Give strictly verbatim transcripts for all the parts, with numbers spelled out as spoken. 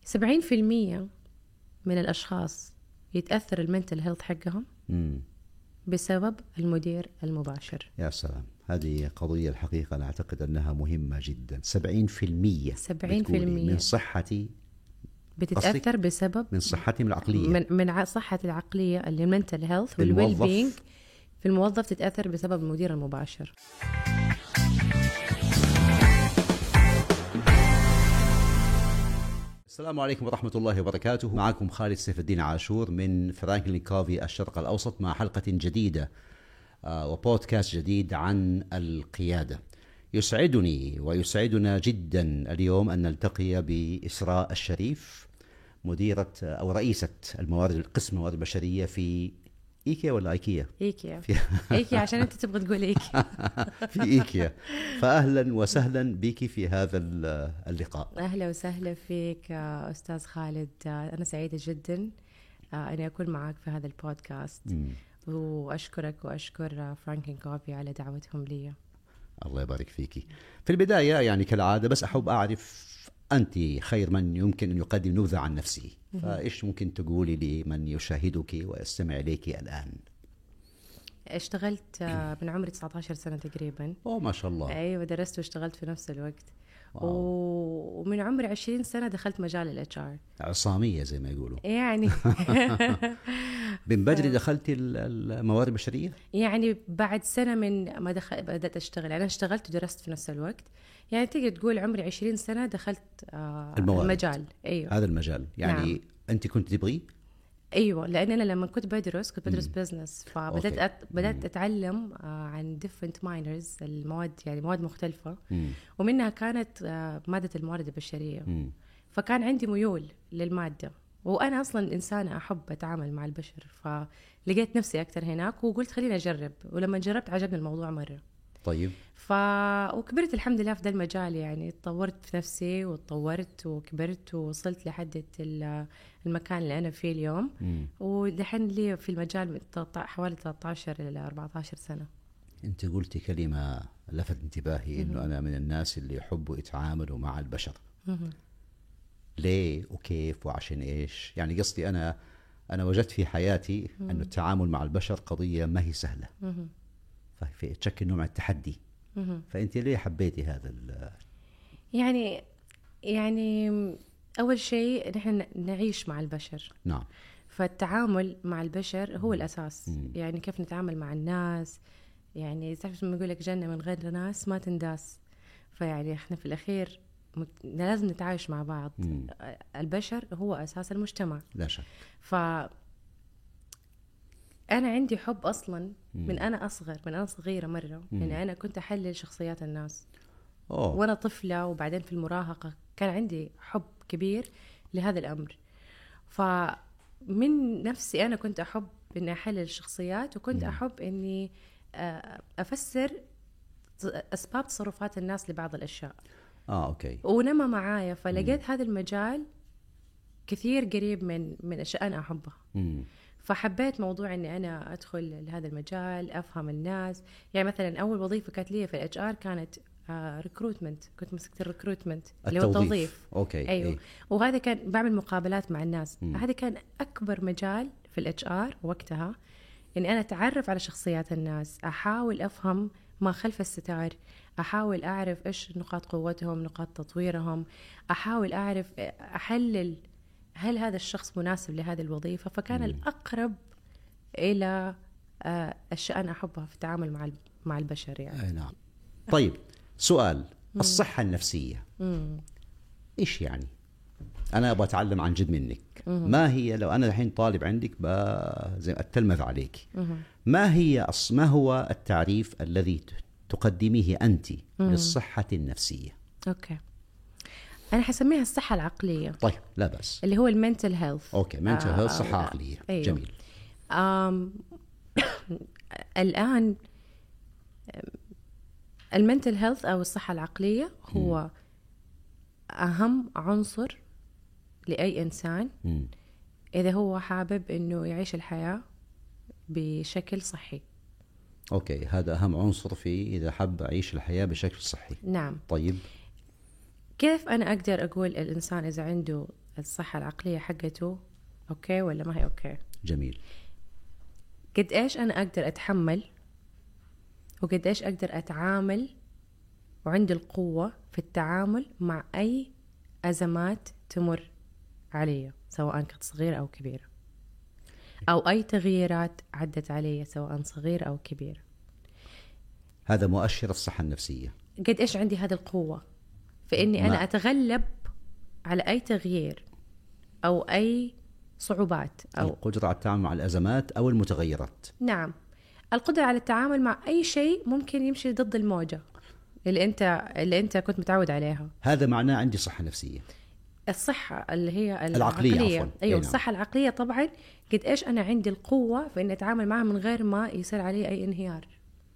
سبعين في المية من الأشخاص يتأثر المنتل هيلث حقهم مم. بسبب المدير المباشر. يا سلام، هذه قضية الحقيقة أنا أعتقد أنها مهمة جدا. سبعين في المية سبعين في المية من صحتي بتتأثر بسبب من صحتي من العقلية، من, من صحة العقلية اللي المنتل هيلث والويل بينج في الموظف تتأثر بسبب المدير المباشر. السلام عليكم ورحمة الله وبركاته. معكم خالد سيف الدين عاشور من فرانكلين كوفي الشرق الأوسط مع حلقة جديدة وبودكاست جديد عن القيادة. يسعدني ويسعدنا جدا اليوم أن نلتقي بإسراء الشريف، مديرة أو رئيسة الموارد القسم الموارد البشرية في إيكيا ولا إيكيا؟ إيكيا إيكيا عشان أنت تبغى تقول إيكيا في إيكيا. فأهلا وسهلا بك في هذا اللقاء. أهلا وسهلا فيك أستاذ خالد، أنا سعيدة جدا أني أكون معك في هذا البودكاست. م. وأشكرك وأشكر فرانكلين كوفي على دعوتهم لي. الله يبارك فيكي. في البداية يعني كالعادة بس أحب أعرف أنت خير من يمكن أن يقدم نبذة عن نفسه، فإيش ممكن تقولي لمن يشاهدك ويستمع إليك الآن؟ اشتغلت من عمري تسعة عشر سنة تقريبا. أوه ما شاء الله. أيوة، درست واشتغلت في نفس الوقت. واو. ومن عمري عشرين سنة دخلت مجال الاتش ار. عصامية زي ما يقولوا يعني. من بدري دخلتي الموارد البشرية؟ يعني بعد سنة من ما دخل بدأت أشتغل. أنا اشتغلت ودرست في نفس الوقت، يعني تقدر تقول عمري عشرين سنة دخلت آه المجال. أيوة. هذا المجال يعني. نعم. أنت كنت تبغي؟ أيوة، لأن أنا لما كنت بدرس كنت بدرس بزنس، فبدأت أت... بدأت أتعلم آه عن different minors، المواد يعني مواد مختلفة. مم. ومنها كانت آه مادة الموارد البشرية. مم. فكان عندي ميول للمادة، وأنا أصلاً إنسانة أحب أتعامل مع البشر، فلقيت نفسي أكتر هناك وقلت خليني أجرب، ولما جربت عجبني الموضوع مرة. طيب. ف... وكبرت الحمد لله في ذا المجال، يعني تطورت في نفسي وتطورت وكبرت ووصلت لحد المكان اللي أنا فيه اليوم. ودحين لي في المجال حوالي ثلاثة عشر إلى أربعة عشر سنة. أنت قلتي كلمة لفت انتباهي، إنه أنا من الناس اللي يحبوا يتعاملوا مع البشر. مم. ليه وكيف وعشان إيش؟ يعني قصدي أنا أنا وجدت في حياتي أن التعامل مع البشر قضية ما هي سهلة. مم. ففي تشكل نوع من التحدي. مم. فأنت ليه حبيتي هذا ال يعني يعني أول شيء نحن نعيش مع البشر. نعم. فالتعامل مع البشر هو الأساس. مم. يعني كيف نتعامل مع الناس، يعني تعرف لما يقول لك جنة من غير ناس ما تنداس. فيعني احنا في الأخير لازم نتعايش مع بعض. مم. البشر هو أساس المجتمع لا شك. ف أنا عندي حب أصلاً من أنا أصغر من أنا صغيرة مرة. يعني أنا كنت أحلل شخصيات الناس. أوه. وأنا طفلة وبعدين في المراهقة كان عندي حب كبير لهذا الأمر. فمن نفسي أنا كنت أحب إني أحلل الشخصيات، وكنت مم. أحب إني أفسر أسباب تصرفات الناس لبعض الأشياء. آه أوكي. ونما معايا فلقيت مم. هذا المجال كثير قريب من من أشياء أنا أحبها. مم. فحبيت موضوع اني انا ادخل لهذا المجال افهم الناس. يعني مثلا اول وظيفه كانت لي في الاتش ار كانت ريكروتمنت، آه كنت مسكت الريكروتمنت اللي هو التوظيف. اوكي. ايوه إيه. وهذا كان بعمل مقابلات مع الناس. م. هذا كان اكبر مجال في الاتش ار وقتها، اني انا اتعرف على شخصيات الناس، احاول افهم ما خلف الستار، احاول اعرف ايش نقاط قوتهم نقاط تطويرهم، احاول اعرف احلل هل هذا الشخص مناسب لهذه الوظيفة. فكان مم. الأقرب إلى أشياء أنا أحبها في التعامل مع مع البشر يعني. نعم. طيب سؤال، مم. الصحة النفسية مم. إيش يعني؟ أنا أبغى أتعلم عن جد منك. مم. ما هي، لو أنا الحين طالب عندك زي أتلمذ عليك، مم. ما هي ما هو التعريف الذي تقدميه أنت مم. للصحة النفسية؟ أوكي، أنا حسميها الصحة العقلية. طيب لا بس. اللي هو المنتل هيلث. أوكي، منتل هيلث صحة عقلية. أيوه. جميل. أم الآن المنتل هيلث أو الصحة العقلية هو م. أهم عنصر لأي إنسان م. إذا هو حابب إنه يعيش الحياة بشكل صحي. أوكي، هذا أهم عنصر في إذا حب أعيش الحياة بشكل صحي. نعم. طيب كيف أنا أقدر أقول الإنسان إذا عنده الصحة العقلية حقته أوكي ولا ما هي أوكي. جميل. قد إيش أنا أقدر أتحمل وقد إيش أقدر أتعامل وعندي القوة في التعامل مع أي أزمات تمر علي سواء كانت صغيرة أو كبيرة، أو أي تغييرات عدت علي سواء صغيرة أو كبيرة. هذا مؤشر الصحة النفسية. قد إيش عندي هذه القوة في إني أنا ما. أتغلب على أي تغيير أو أي صعوبات أو القدرة على التعامل مع الأزمات أو المتغيرات. نعم، القدرة على التعامل مع أي شيء ممكن يمشي ضد الموجة اللي أنت اللي أنت كنت متعود عليها. هذا معناه عندي صحة نفسية. الصحة اللي هي العقلية. العقلية. عفواً. أيوة. نعم. الصحة العقلية طبعا قد إيش أنا عندي القوة في إني أتعامل معها من غير ما يصير علي أي انهيار.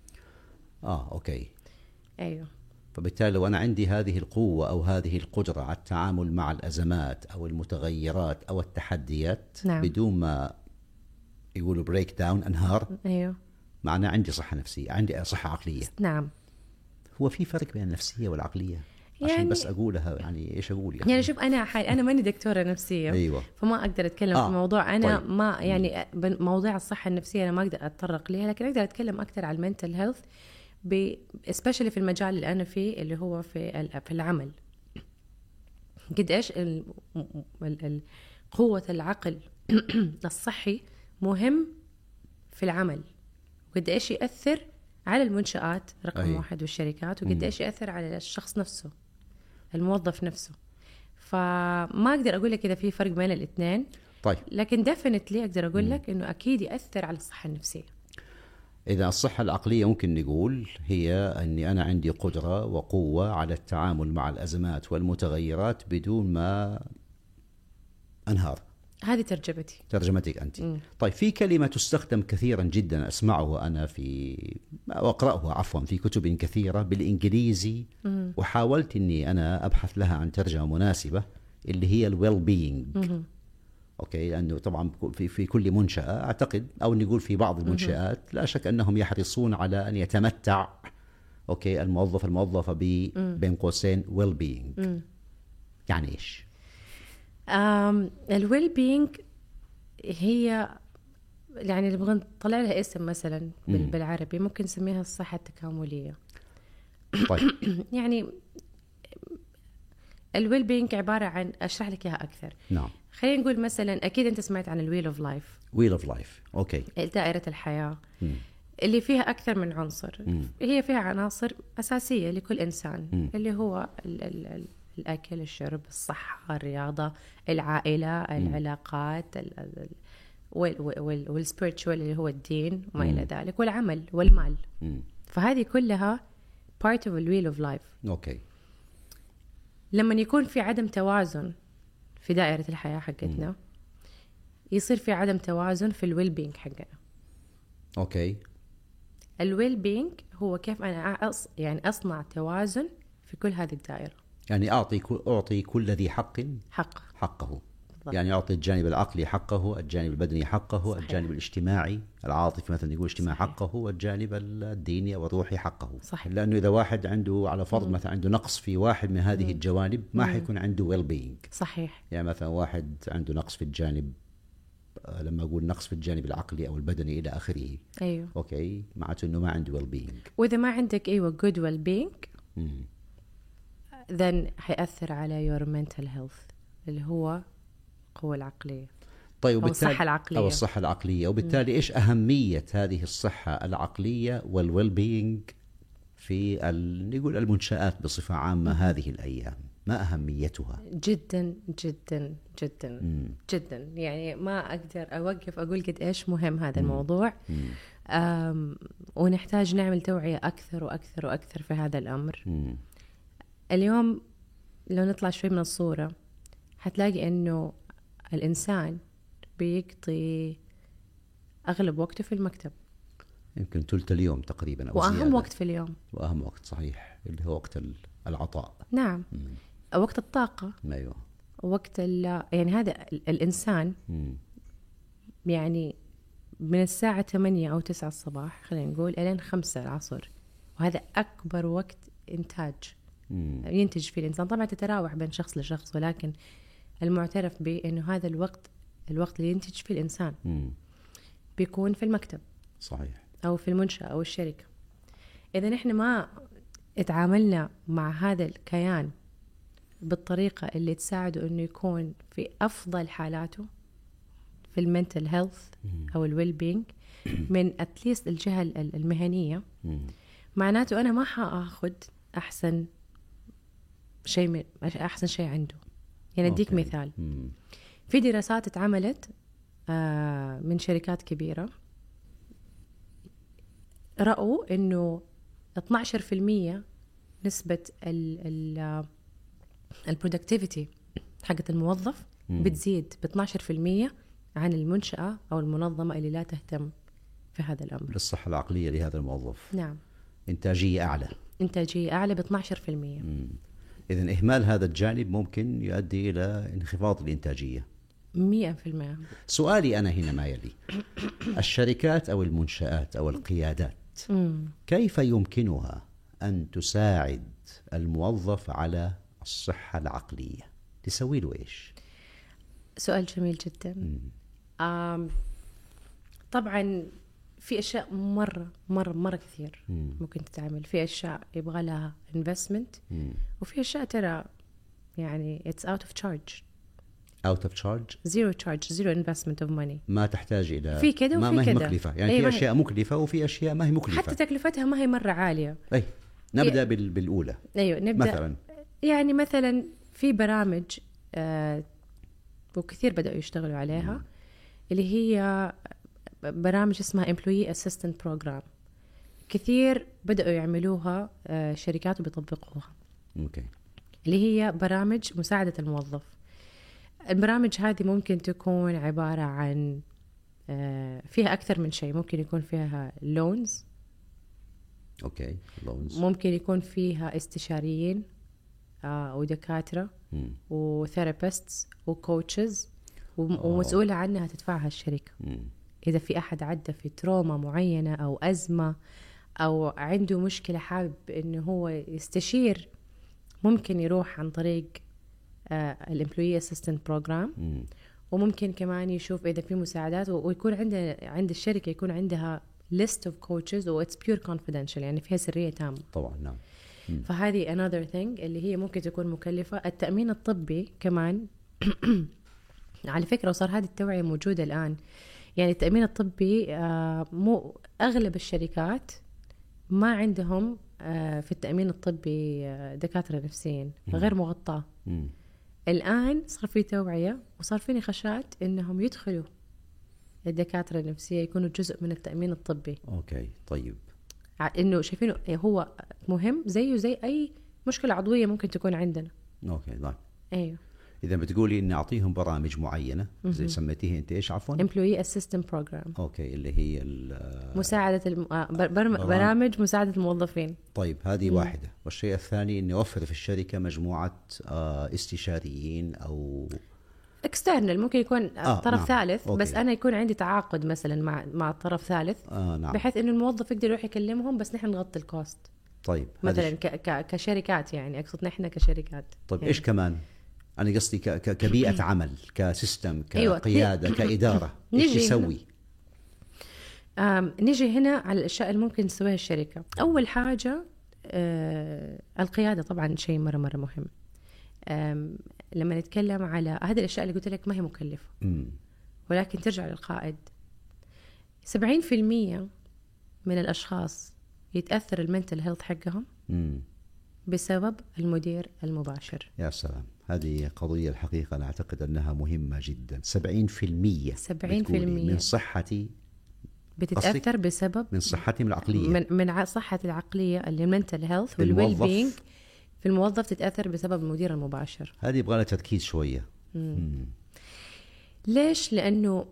آه أوكي. أيوة. فبالتالي لو أنا عندي هذه القوة أو هذه القدرة على التعامل مع الأزمات أو المتغيرات أو التحديات، نعم. بدون ما يقولوا بريك داون انهار، أيوة. معناه عندي صحة نفسية، عندي صحة عقلية. نعم. هو في فرق بين النفسية والعقلية؟ يعني عشان بس أقولها، يعني إيش أقول يعني, يعني شوف أنا حال أنا ماني دكتورة نفسية. أيوة. فما أقدر أتكلم آه. في موضوع أنا طيب. ما يعني موضوع الصحة النفسية أنا ما أقدر أتطرق ليها، لكن أقدر أتكلم أكثر على المنتل هيلث ب especially في المجال اللي أنا فيه اللي هو في في العمل. قد إيش ال... ال... قوة العقل الصحي مهم في العمل، وقد إيش يأثر على المنشآت رقم أي. واحد والشركات، وقد إيش يأثر على الشخص نفسه الموظف نفسه. فما أقدر أقول لك إذا في فرق بين الاثنين. طيب. لكن definitely أقدر أقول لك إنه أكيد يأثر على الصحة النفسية. إذا الصحة العقلية ممكن نقول هي أني أنا عندي قدرة وقوة على التعامل مع الأزمات والمتغيرات بدون ما أنهار. هذه ترجمتي. ترجمتك أنت. م. طيب، في كلمة تستخدم كثيرا جدا أسمعه أنا في وأقرأه عفوا في كتب كثيرة بالإنجليزي، م. وحاولت أني أنا أبحث لها عن ترجمة مناسبة، اللي هي الويل بينج. أوكي، لأنه طبعا في في كل منشأة أعتقد، أو نقول في بعض المنشآت، لا شك أنهم يحرصون على أن يتمتع أوكي الموظف الموظفة ب بين قوسين ويل بينج. يعني إيش؟ الويل بينج هي يعني نبغى نطلع لها اسم مثلا بالعربي ممكن نسميها الصحة التكاملية. طيب. يعني الويل بينج عبارة عن، أشرح لك إياها أكثر. نعم. خلينا نقول مثلا أكيد أنت سمعت عن الويل أوف لايف. ويل أوف لايف. أوكي. دائرة الحياة. مم. اللي فيها أكثر من عنصر. مم. هي فيها عناصر أساسية لكل إنسان. مم. اللي هو ال ال ال الأكل، الشرب، الصحة، الرياضة، العائلة، العلاقات، والسبيريتشوال اللي هو الدين وما إلى ذلك، والعمل والمال. مم. فهذه كلها part of the wheel of life. أوكي. لما يكون في عدم توازن في دائرة الحياة حقتنا، مم. يصير في عدم توازن في الويل بينج حقنا. أوكي. الويل بينج هو كيف أنا أص... يعني أصنع توازن في كل هذه الدائرة. يعني أعطي كل أعطي كل ذي حق حق حقه. بالضبط. يعني أعطي الجانب العقلي حقه، الجانب البدني حقه، صحيح. الجانب الاجتماعي العاطفي مثلا يقول اجتماع حقه، والجانب الديني أو الروحي حقه. صحيح. لأنه إذا واحد عنده على فرض مم. مثلا عنده نقص في واحد من هذه مم. الجوانب، ما مم. حيكون عنده ويل بينج. صحيح. يعني مثلا واحد عنده نقص في الجانب، لما أقول نقص في الجانب العقلي أو البدني إلى آخره، أيوه، أوكي، معناته إنه ما عنده ويل بينج. وإذا ما عندك أيوه good well being then حيأثر على your mental health اللي هو القوة العقلية. طيب، أو الصحة العقلية أو الصحة العقلية. وبالتالي م. إيش أهمية هذه الصحة العقلية والويل بينج في ال... نقول المنشآت بصفة عامة م. هذه الأيام؟ ما أهميتها؟ جدا جدا جدا م. جدا. يعني ما أقدر أوقف أقول قد إيش مهم هذا م. الموضوع. أم... ونحتاج نعمل توعية أكثر وأكثر وأكثر في هذا الأمر. م. اليوم لو نطلع شوي من الصورة هتلاقي أنه الإنسان بيقضي أغلب وقته في المكتب، يمكن ثلث اليوم تقريبا أو وأهم زيادة. وقت في اليوم، وأهم وقت صحيح، اللي هو وقت العطاء. نعم. م. وقت الطاقة. أيوة. وقت يعني هذا الإنسان م. يعني من الساعة ثمانية أو تسعة الصباح خلينا نقول إلين خمسة العصر، وهذا أكبر وقت إنتاج مم. ينتج فيه الإنسان. طبعا تتراوح بين شخص لشخص، ولكن المعترف به إنه هذا الوقت الوقت اللي ينتج فيه الإنسان مم. بيكون في المكتب صحيح. أو في المنشأة أو الشركة. إذا نحن ما اتعاملنا مع هذا الكيان بالطريقة اللي تساعده إنه يكون في أفضل حالاته في المنتل هيلث أو الويل بينج من أتليست الجهة المهنية، مم. معناته أنا ما حأخذ أحسن شيء من أحسن شيء عنده. يعني أديك أوكي. مثال، مم. في دراسات اتعملت آه من شركات كبيرة رأوا إنه اثنا عشر بالمئة نسبة ال البرودكتيفيتي حقت الموظف مم. بتزيد ب اثنا عشر بالمئة عن المنشأة أو المنظمة اللي لا تهتم في هذا الأمر. للصحة العقلية لهذا الموظف. نعم. إنتاجية أعلى. إنتاجية أعلى ب اثنا عشر بالمئة. إذن إهمال هذا الجانب ممكن يؤدي إلى انخفاض الإنتاجية. مئة في المئة. سؤالي أنا هنا ما يلي: الشركات أو المنشآت أو القيادات مم. كيف يمكنها أن تساعد الموظف على الصحة العقلية؟ تسوي له إيش؟ سؤال جميل جدا. آم طبعا في أشياء مرة مرة مرة كثير مم. ممكن تتعمل. في أشياء يبغى لها investment، وفي أشياء ترى يعني it's out of charge. out of charge. zero charge zero investment of money. ما تحتاج إلى في كده ما, وفي ما هي كده. مكلفة يعني. أي في ما أشياء مكلفة وفي أشياء ما هي مكلفة. حتى تكلفتها ما هي مرة عالية. أي نبدأ بال... بالأولى. أيوة نبدأ مثلا يعني مثلا في برامج آه وكثير بدأوا يشتغلوا عليها م. اللي هي برامج اسمها employee assistant program. كثير بدأوا يعملوها آه شركات وبيطبقوها. أوكي. اللي هي برامج مساعدة الموظف. البرامج هذه ممكن تكون عبارة عن آه فيها أكثر من شيء. ممكن يكون فيها loans. أوكي. loans. ممكن يكون فيها استشاريين آه ودكاترة وثيرابيستس وكوتشز ومسؤولة عنها تدفعها الشركة. مم. إذا في أحد عدى في تروما معينة أو أزمة أو عنده مشكلة حابب إنه هو يستشير، ممكن يروح عن طريق آه الامبلوي اسيستنت بروجرام. وممكن كمان يشوف إذا في مساعدات ويكون عنده عند الشركة يكون عندها list of coaches و it's pure confidential يعني فيها سرية تامة. طبعا نعم. فهذه another thing اللي هي ممكن تكون مكلفة. التأمين الطبي كمان على فكرة وصار هذه التوعية موجودة الآن. يعني التأمين الطبي آه مو أغلب الشركات ما عندهم آه في التأمين الطبي آه دكاترة نفسيين غير مغطاة. الآن صار في توعية وصار في نقاشات إنهم يدخلوا الدكاترة النفسية يكونوا جزء من التأمين الطبي. أوكي طيب. إنه شايفينه هو مهم زيه زي أي مشكلة عضوية ممكن تكون عندنا. أوكي نعم. أيوه. إذا بتقولي إن أعطيهم برامج معينة زي سميتيه أنت إيش عفواً؟ Employee Assistant Program. أوكي اللي هي مساعدة الم... برم... برامج مساعدة الموظفين. طيب هذه مم. واحدة. والشيء الثاني إني أوفر في الشركة مجموعة استشاريين أو external ممكن يكون آه طرف نعم. ثالث. أوكي. بس أنا يكون عندي تعاقد مثلا مع مع طرف ثالث آه نعم. بحيث إنه الموظف يقدر يروح يكلمهم بس نحن نغطي الكوست. طيب مثلا ك... ك... كشركات يعني أقصد نحن كشركات. طيب يعني. إيش كمان؟ أنا قصدي ك... ك... كبيئة عمل كسيستم كقيادة أيوة. كإدارة إيش يسوي؟ آم نيجي هنا على الأشياء اللي ممكن تسويها الشركة. أول حاجة آه القيادة طبعا شيء مرة مرة مهم. لما نتكلم على هذه الأشياء اللي قلت لك ما هي مكلفة م. ولكن ترجع للقائد. سبعين في المية من الأشخاص يتأثر المنتل هيلث حقهم م. بسبب المدير المباشر. يا سلام، هذه قضية الحقيقة أنا أعتقد أنها مهمة جدا. سبعين في المية سبعين في المية من صحتي بتتأثر بسبب من صحتي العقلية من, من صحة العقلية اللي المنتل هيلث والويل بينج في الموظف تتأثر بسبب المدير المباشر. هذه يبغى لها تركيز شوية. مم. مم. ليش؟ لأنه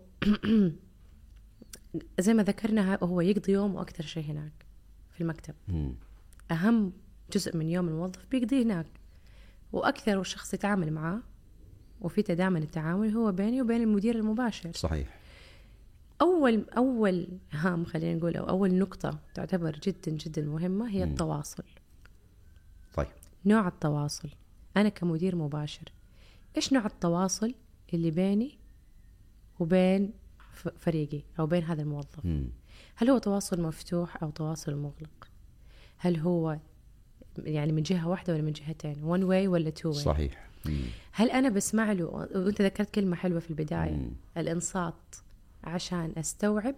زي ما ذكرنا هو يقضي يوم وأكثر شيء هناك في المكتب. مم. أهم جزء من يوم الموظف بيقضيه هناك، وأكثر شخص يتعامل معه وفي تداعم التعامل هو بيني وبين المدير المباشر. صحيح. أول أول هام خلينا نقول أو أول نقطة تعتبر جدا جدا مهمة هي مم. التواصل. طيب. نوع التواصل. أنا كمدير مباشر إيش نوع التواصل اللي بيني وبين فريقي أو بين هذا الموظف؟ م. هل هو تواصل مفتوح أو تواصل مغلق؟ هل هو يعني من جهة واحدة ولا من جهتين؟ one way ولا two way؟ صحيح. م. هل أنا بسمع له؟ وأنت ذكرت كلمة حلوة في البداية، م. الإنصات، عشان أستوعب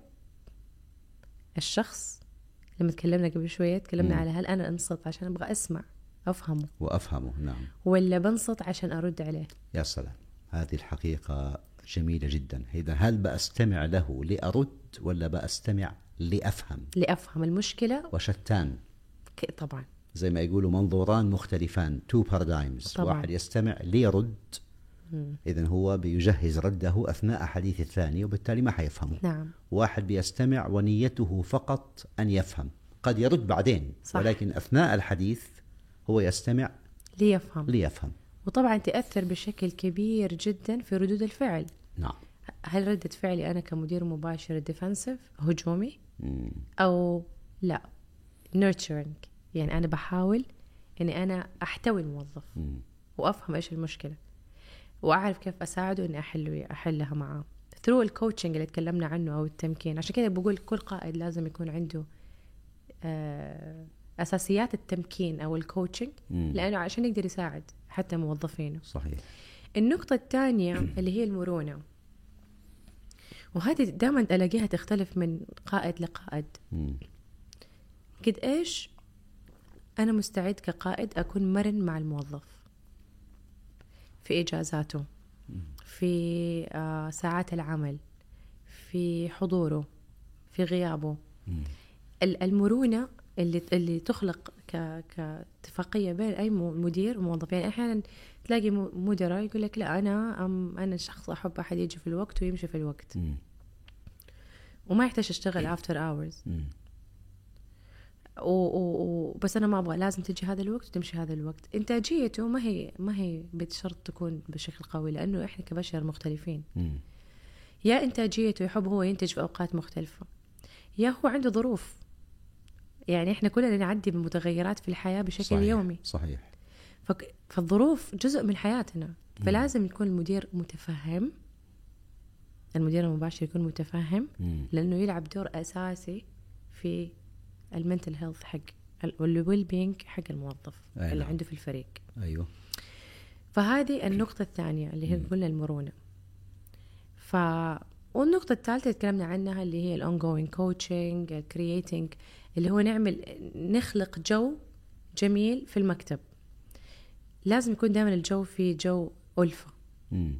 الشخص. لما تكلمنا قبل شوية تكلمنا م. على هل أنا أنصت عشان أبغى أسمع أفهمه وأفهمه، نعم، ولا بنصت عشان أرد عليه؟ يا سلام، هذه الحقيقة جميلة جدا. إذا هل بأستمع له لأرد ولا بأستمع لأفهم؟ لأفهم. المشكلة وشتان طبعا، زي ما يقولوا منظوران مختلفان، two paradigms. طبعا. واحد يستمع ليرد، إذن هو بيجهز رده أثناء حديث الثاني وبالتالي ما حيفهمه. نعم. واحد بيستمع ونيته فقط أن يفهم، قد يرد بعدين، صح. ولكن أثناء الحديث هو يستمع ليفهم ليفهم وطبعا تأثر بشكل كبير جدا في ردود الفعل. نعم. هل ردة فعلي أنا كمدير مباشر ديفنسيف هجومي مم. أو لا nurturing، يعني أنا بحاول أني أنا أحتوي الموظف مم. وأفهم إيش المشكلة وأعرف كيف أساعده أني أحل أحلها معه through الكوتشنج اللي تكلمنا عنه أو التمكين. عشان كده بقول كل قائد لازم يكون عنده أساسيات التمكين أو الكوتشنج، لأنه عشان يقدر يساعد حتى موظفينه. صحيح. النقطة الثانية اللي هي المرونة، وهذه دائما ألاقيها تختلف من قائد لقائد. قد إيش أنا مستعد كقائد أكون مرن مع الموظف في إجازاته، في ساعات العمل، في حضوره، في غيابه. المرونة اللي اللي تخلق ك كاتفاقية بين أي مدير وموظف. يعني أحيانا تلاقي مدراء يقول لك لا أنا أم أنا شخص أحب أحد يجي في الوقت ويمشي في الوقت م. وما يحتاج أشتغل after hours م. و و بس أنا ما أبغى لازم تجي هذا الوقت وتمشي هذا الوقت. إنتاجيته ما هي ما هي بشرط تكون بشكل قوي، لأنه إحنا كبشر مختلفين م. يا إنتاجيته يحب هو ينتج في أوقات مختلفة، يا هو عنده ظروف. يعني إحنا كلنا نعدي بمتغيرات في الحياة بشكل صحيح. يومي. صحيح. فالظروف جزء من حياتنا، فلازم يكون المدير متفهم، المدير المباشر يكون متفهم مم. لأنه يلعب دور أساسي في المنتل هيلث حق والويل بينج حق الموظف أيوة. اللي عنده في الفريق. أيوه. فهذه النقطة الثانية اللي هي قلنا المرونة. ف والنقطة الثالثة تكلمنا عنها اللي هي الongoing coaching creating، اللي هو نعمل نخلق جو جميل في المكتب. لازم يكون دائما الجو فيه جو ألفة. مم.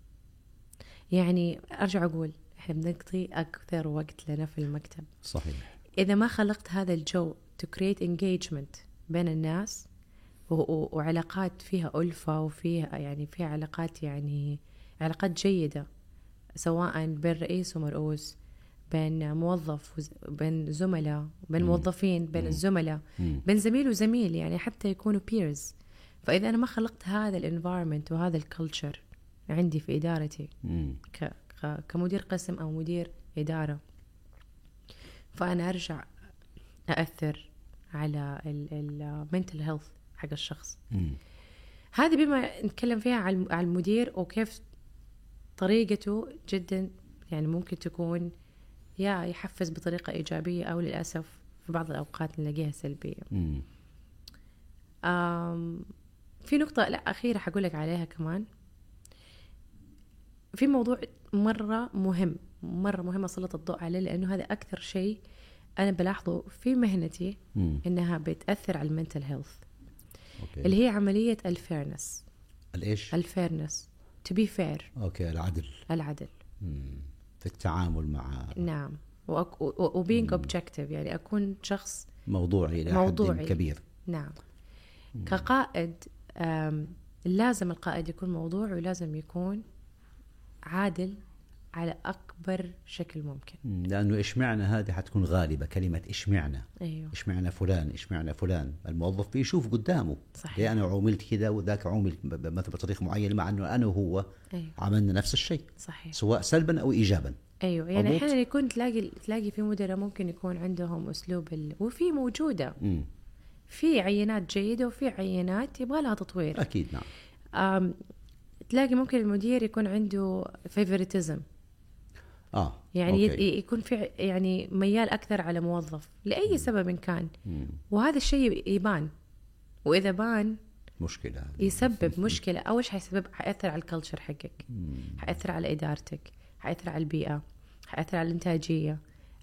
يعني أرجع أقول إحنا بنقضي أكثر وقت لنا في المكتب. صحيح. إذا ما خلقت هذا الجو to create engagement بين الناس وعلاقات فيها ألفة وفيها يعني فيها علاقات يعني علاقات جيدة، سواء بين رئيس ومرؤوس، بين موظف وبين زملاء، بين موظفين، بين مم. الزملاء، مم. بين زميل وزميل، يعني حتى يكونوا peers. فإذا أنا ما خلقت هذا الانفايرمنت وهذا الكلتشر عندي في إدارتي ك... ك... كمدير قسم أو مدير إدارة، فأنا أرجع أأثر على المنتل هيلث حق الشخص. مم. هذه بما نتكلم فيها على المدير وكيف طريقته جدا يعني ممكن تكون يا يحفز بطريقة إيجابية أو للأسف في بعض الأوقات نلاقيها سلبية. أم في نقطة لا أخيرة حقولك عليها كمان، في موضوع مرة مهم مرة مهم أسلط الضوء عليه، لأنه هذا أكثر شيء أنا بلاحظه في مهنتي مم. إنها بتأثر على المنتل هيلث، اللي هي عملية الفيرنس. الإيش؟ الفيرنس to be fair. أوكي. العدل. العدل مم. في التعامل مع نعم وأك... و being objective، يعني أكون شخص موضوعي إلى حد كبير. نعم. مم. كقائد لازم القائد يكون موضوعي ولازم يكون عادل على أكبر شكل ممكن. لأنه إيش معنى هذه حتكون غالبة، كلمة إيش معنى. أيوه. إيش معنى فلان، إيش معنى فلان. الموظف بيشوف قدامه صحيح. ليه أنا عملت كذا وذاك عمل مثل بطريقة معينة، مع أنه أنا وهو أيوه. عملنا نفس الشيء. صحيح. سواء سلبا أو إيجابا. أيوه. يعني أحيانا يكون تلاقي تلاقي في مدراء ممكن يكون عندهم أسلوب ال... وفي موجودة م. في عينات جيدة وفي عينات يبغى لها تطوير. أكيد. نعم. أم... تلاقي ممكن المدير يكون عنده فيفوريتزم، اه يعني أوكي. يكون في يعني ميال اكثر على موظف لاي مم. سبب كان، مم. وهذا الشيء يبان، واذا بان مشكله يسبب مشكله. اول شيء حيسبب حياثر على الكلتشر حقك، مم. حياثر على ادارتك، حياثر على البيئه، حياثر على الانتاجيه،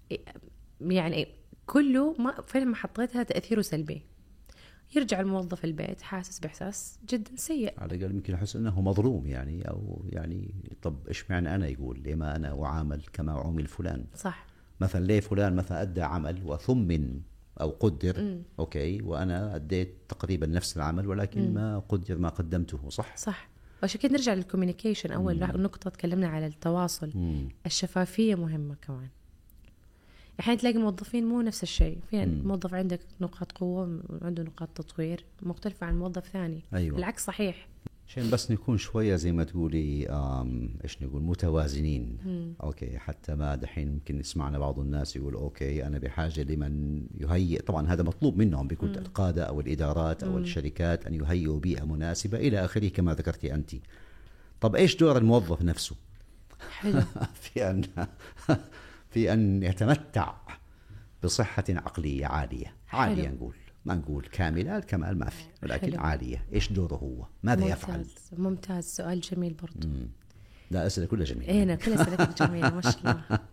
يعني كله ما فين ما حطيتها تاثيره سلبي. يرجع الموظف البيت حاسس باحساس جدا سيء، على الاقل يمكن يحس انه مظلوم يعني، او يعني طب ايش معنى انا، يقول ليه ما انا اعامل كما عامل فلان. صح. مثلا ليه فلان مثلا ادى عمل وثمن او قدر م. اوكي، وانا اديت تقريبا نفس العمل ولكن م. ما قدر ما قدمته. صح صح. عشان كده نرجع للكوميونيكيشن. اول مم. نقطه تكلمنا على التواصل. مم. الشفافيه مهمه كمان. احيانا تلاقي موظفين مو نفس الشيء، في يعني موظف عندك نقاط قوه وعنده نقاط تطوير مختلفه عن موظف ثاني. أيوة. العكس صحيح. عشان بس نكون شويه زي ما تقولي ايش نقول متوازنين. مم. اوكي، حتى ما دحين ممكن يسمعنا بعض الناس يقول اوكي انا بحاجه لمن يهيئ، طبعا هذا مطلوب منهم بيكون مم. القاده او الادارات او مم. الشركات ان يهيئوا بيئه مناسبه الى اخره كما ذكرتي انت. طب ايش دور الموظف نفسه؟ حلو. في ان في ان يتمتع بصحه عقليه عاليه. عاليه حلو. نقول، ما نقول كاملة، الكمال ما في، ولكن حلو. عالية. إيش دوره هو؟ ماذا ممتاز. يفعل؟ ممتاز، سؤال جميل برضو. مم. لا، أسئلة كلها جميلة. ايه، أنا كل أسئلتك جميلة ما شاء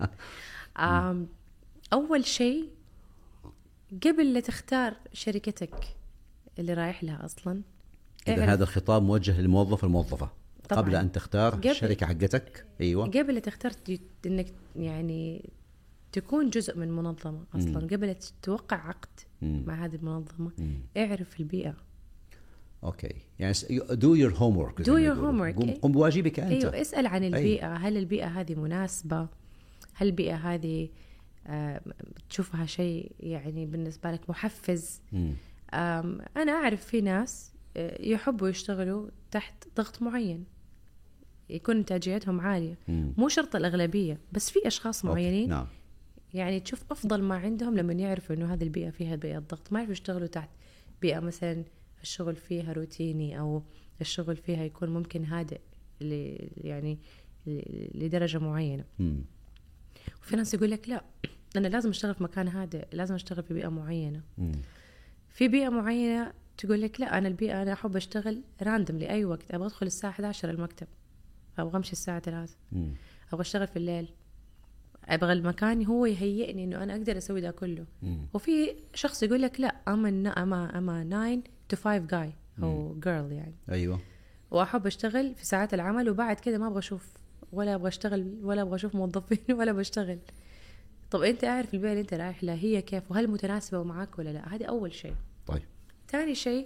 الله. أول شيء قبل لا تختار شركتك اللي رايح لها أصلا، إذا هذا الخطاب موجه للموظف والموظفة طبعاً. قبل أن تختار قبل. الشركة حقتك. أيوة. قبل لا تختار إنك يعني تكون جزء من منظمة أصلا، مم. قبل توقع عقد مم. مع هذه المنظمة، مم. اعرف البيئة. أوكي، يعني do your homework. do your homework. قم, قم بواجبك أنت. أيوة، اسأل عن البيئة. أي. هل البيئة هذه مناسبة؟ هل البيئة هذه آه تشوفها شيء يعني بالنسبة لك محفز؟ مم. أنا أعرف في ناس يحبوا يشتغلوا تحت ضغط معين، يكون إنتاجيتهم عالية. مم. مو شرط الأغلبية، بس في أشخاص معينين نعم. يعني تشوف أفضل ما عندهم لما يعرفوا إنه هذه البيئة فيها بيئة ضغط. ما يعرفوا يشتغلوا تحت بيئة مثلا الشغل فيها روتيني، أو الشغل فيها يكون ممكن هادئ يعني لدرجة معينة. مم. وفي ناس يقول لك لا، أنا لازم أشتغل في مكان هادئ، لازم أشتغل في بيئة معينة. مم. في بيئة معينة تقول لك لا، أنا البيئة أنا أحب أشتغل راندم لأي وقت. أبغى أدخل الساعة إحدى عشر المكتب، أبغى أمشي الساعة ثلاثة، مم. أبغى أشتغل في الليل، أبغى المكان هو يهيئني إنه أنا أقدر أسوي ده كله. مم. وفي شخص يقول لك لا، أما أما أما nine to five guy أو girl يعني. أيوة. وأحب أشتغل في ساعات العمل، وبعد كده ما أبغى أشوف ولا أبغى أشتغل ولا أبغى أشوف موظفين ولا بشتغل. طب أنت أعرف البيئة اللي أنت رايح لها هي كيف، وهل متناسبة معك ولا لا؟ هذه أول شيء. طيب. ثاني شيء،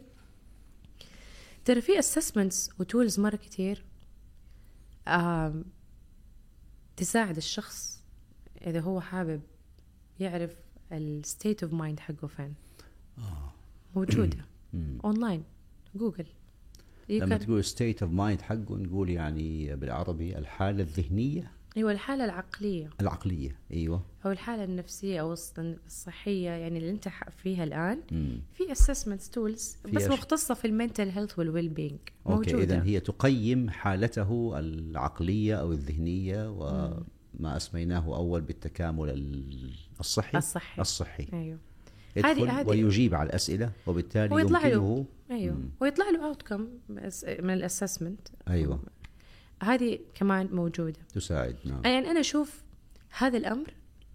ترى في assessments وتولز مرة كتير تساعد الشخص إذا هو حابب يعرف ال state of mind حقه فين. آه. موجودة أونلاين، جوجل. لما تقول state of mind حقه نقول يعني بالعربي الحالة الذهنية. أيوة، الحالة العقلية العقلية. أيوة. أو الحالة النفسية أو الصحية، يعني اللي أنت فيها الآن. مم. في assessments tools بس أش... مختصة في المنتل هيلث والويل بينج موجودة. أوكي، إذن هي تقيم حالته العقلية أو الذهنية، وما مم. أسميناه أول بالتكامل الصحي. الصحي. الصحي. أيوة. يدخل هادي ويجيب على الأسئلة، وبالتالي ويطلع يمكنه له. أيوة. مم. ويطلع له outcome من الأسسمنت. أيوة. هذه كمان موجودة تساعد. نعم. يعني أنا أشوف هذا الأمر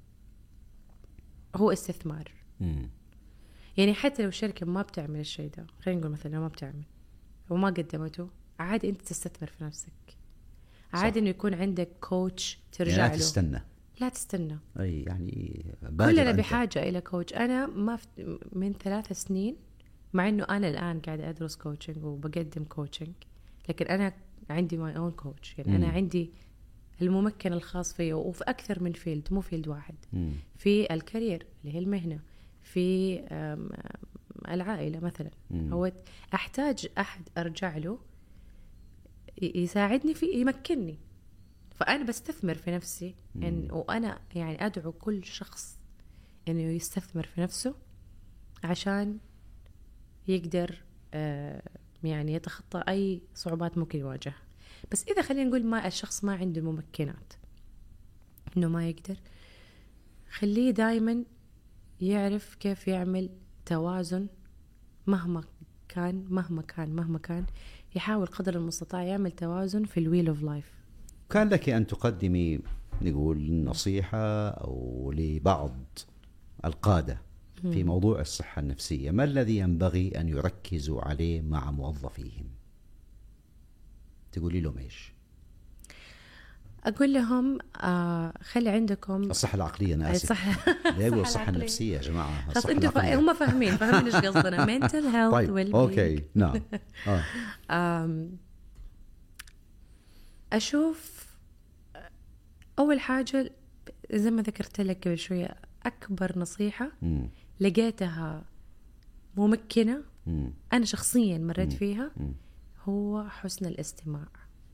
هو استثمار. مم. يعني حتى لو شركة ما بتعمل الشيء ده، خلينا نقول مثلا ما بتعمل وما قدمته، عادي أنت تستثمر في نفسك. عادي إنه يكون عندك كوتش ترجع يعني لا له. تستنى. لا تستنى. أي يعني كلنا بحاجة إلى كوتش. أنا ما ف... من ثلاث سنين، مع إنه أنا الآن قاعدة أدرس كوتشنج وبقدم كوتشنج، لكن أنا عندي ماي اون كوتش. يعني مم. أنا عندي الممكن الخاص فيه، وفي أكثر من فيلد، مو فيلد واحد. مم. في الكارير اللي هي المهنة، في العائلة مثلا. مم. هو أحتاج أحد أرجع له يساعدني في، يمكنني. فأنا بستثمر في نفسي إن، وأنا يعني أدعو كل شخص إنه يستثمر في نفسه عشان يقدر آه يعني يتخطى أي صعوبات ممكن يواجهها. بس إذا خلينا نقول ما الشخص ما عنده ممكنات إنه ما يقدر، خليه دايما يعرف كيف يعمل توازن مهما كان مهما كان مهما كان يحاول قدر المستطاع يعمل توازن في الويل اوف لايف. كان لك أن تقدمي نقول نصيحة أو لبعض القادة في موضوع الصحة النفسية، ما الذي ينبغي أن يركزوا عليه مع موظفيهم؟ تقولي لهم إيش؟ أقول لهم آه خلي عندكم الصحة العقلية. أنا آسف، الصحة لا يقول الصحة النفسية يا جماعة. خلاص أنتوا فا... هم فاهمين فاهمين إيش قصدنا mental health. طيب أوكي نعم. آه. أشوف أول حاجة زي ما ذكرت لك قبل شوية، أكبر نصيحة م. لقيتها ممكنة م. أنا شخصيا مريت م. فيها م. هو حسن الاستماع.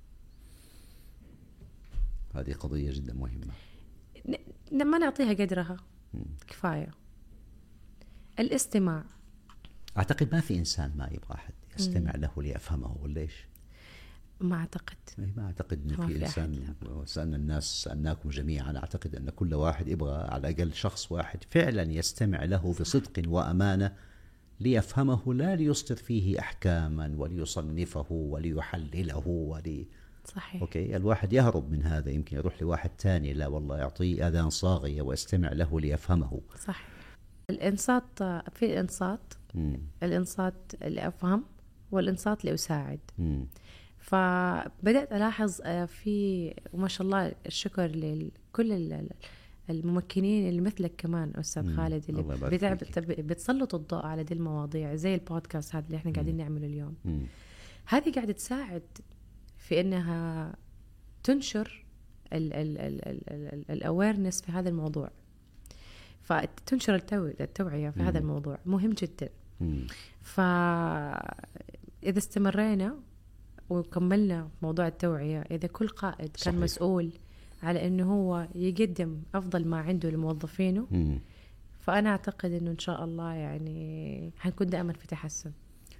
هذه قضية جدا مهمة، لما نعطيها قدرها م. كفاية. الاستماع، أعتقد ما في إنسان ما يبغى أحد يستمع م. له ليفهمه، ولا إيش؟ ما أعتقد ما أعتقد أن في إنسان. سألنا الناس، سألناكم جميعا، أعتقد أن كل واحد يبغى على الأقل شخص واحد فعلا يستمع له بصدق وأمانة ليفهمه، لا ليصدر فيه أحكاما وليصنفه وليحلله ولي... صحيح. أوكي، الواحد يهرب من هذا، يمكن يروح لواحد تاني، لا والله يعطيه أذان صاغية واستمع له ليفهمه. صح. الإنصات، في الإنصات م. الإنصات اللي أفهم والإنصات اللي أساعد. م. فبدأت ألاحظ في، وما شاء الله الشكر لكل الممكنين اللي مثلك كمان أستاذ خالد، اللي بتعب بتسلطوا الضوء على دي المواضيع زي البودكاست هذا اللي احنا قاعدين نعمله اليوم. م. هذه قاعدة تساعد في إنها تنشر الأويرنس في هذا الموضوع، فتنشر التوعية في م. هذا الموضوع مهم جدا. م. فإذا استمرينا وكملنا موضوع التوعية، إذا كل قائد كان صحيح. مسؤول على أنه هو يقدم أفضل ما عنده لموظفينه، م. فأنا أعتقد أنه إن شاء الله يعني حنكون دائما في تحسن.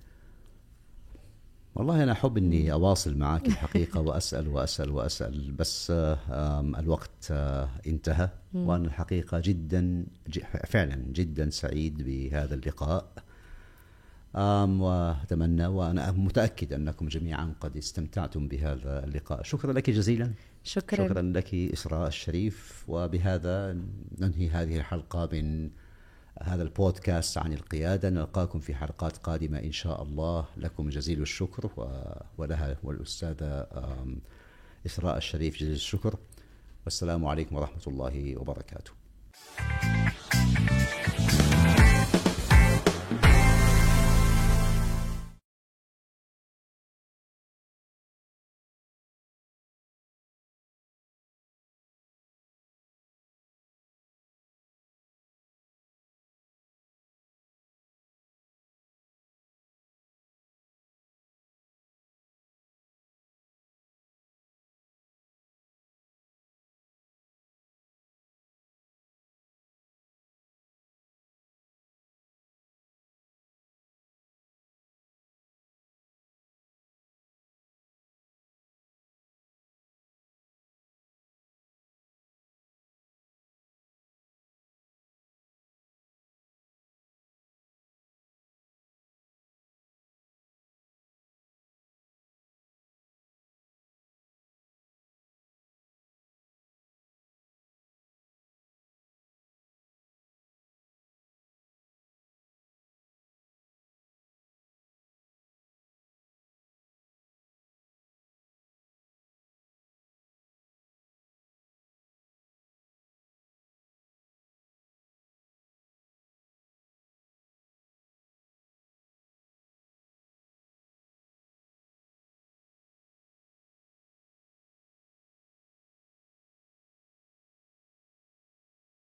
والله أنا أحب أني أواصل معك الحقيقة وأسأل وأسأل وأسأل، بس الوقت انتهى، وأنا الحقيقة جدا فعلا جدا سعيد بهذا اللقاء، أم وأتمنى وأنا متأكد أنكم جميعا قد استمتعتم بهذا اللقاء. شكرا لك جزيلا. شكرا, شكرا لك إسراء الشريف. وبهذا ننهي هذه الحلقة من هذا البودكاست عن القيادة. نلقاكم في حلقات قادمة إن شاء الله. لكم جزيل الشكر، ولها والأستاذة إسراء الشريف جزيل الشكر، والسلام عليكم ورحمة الله وبركاته.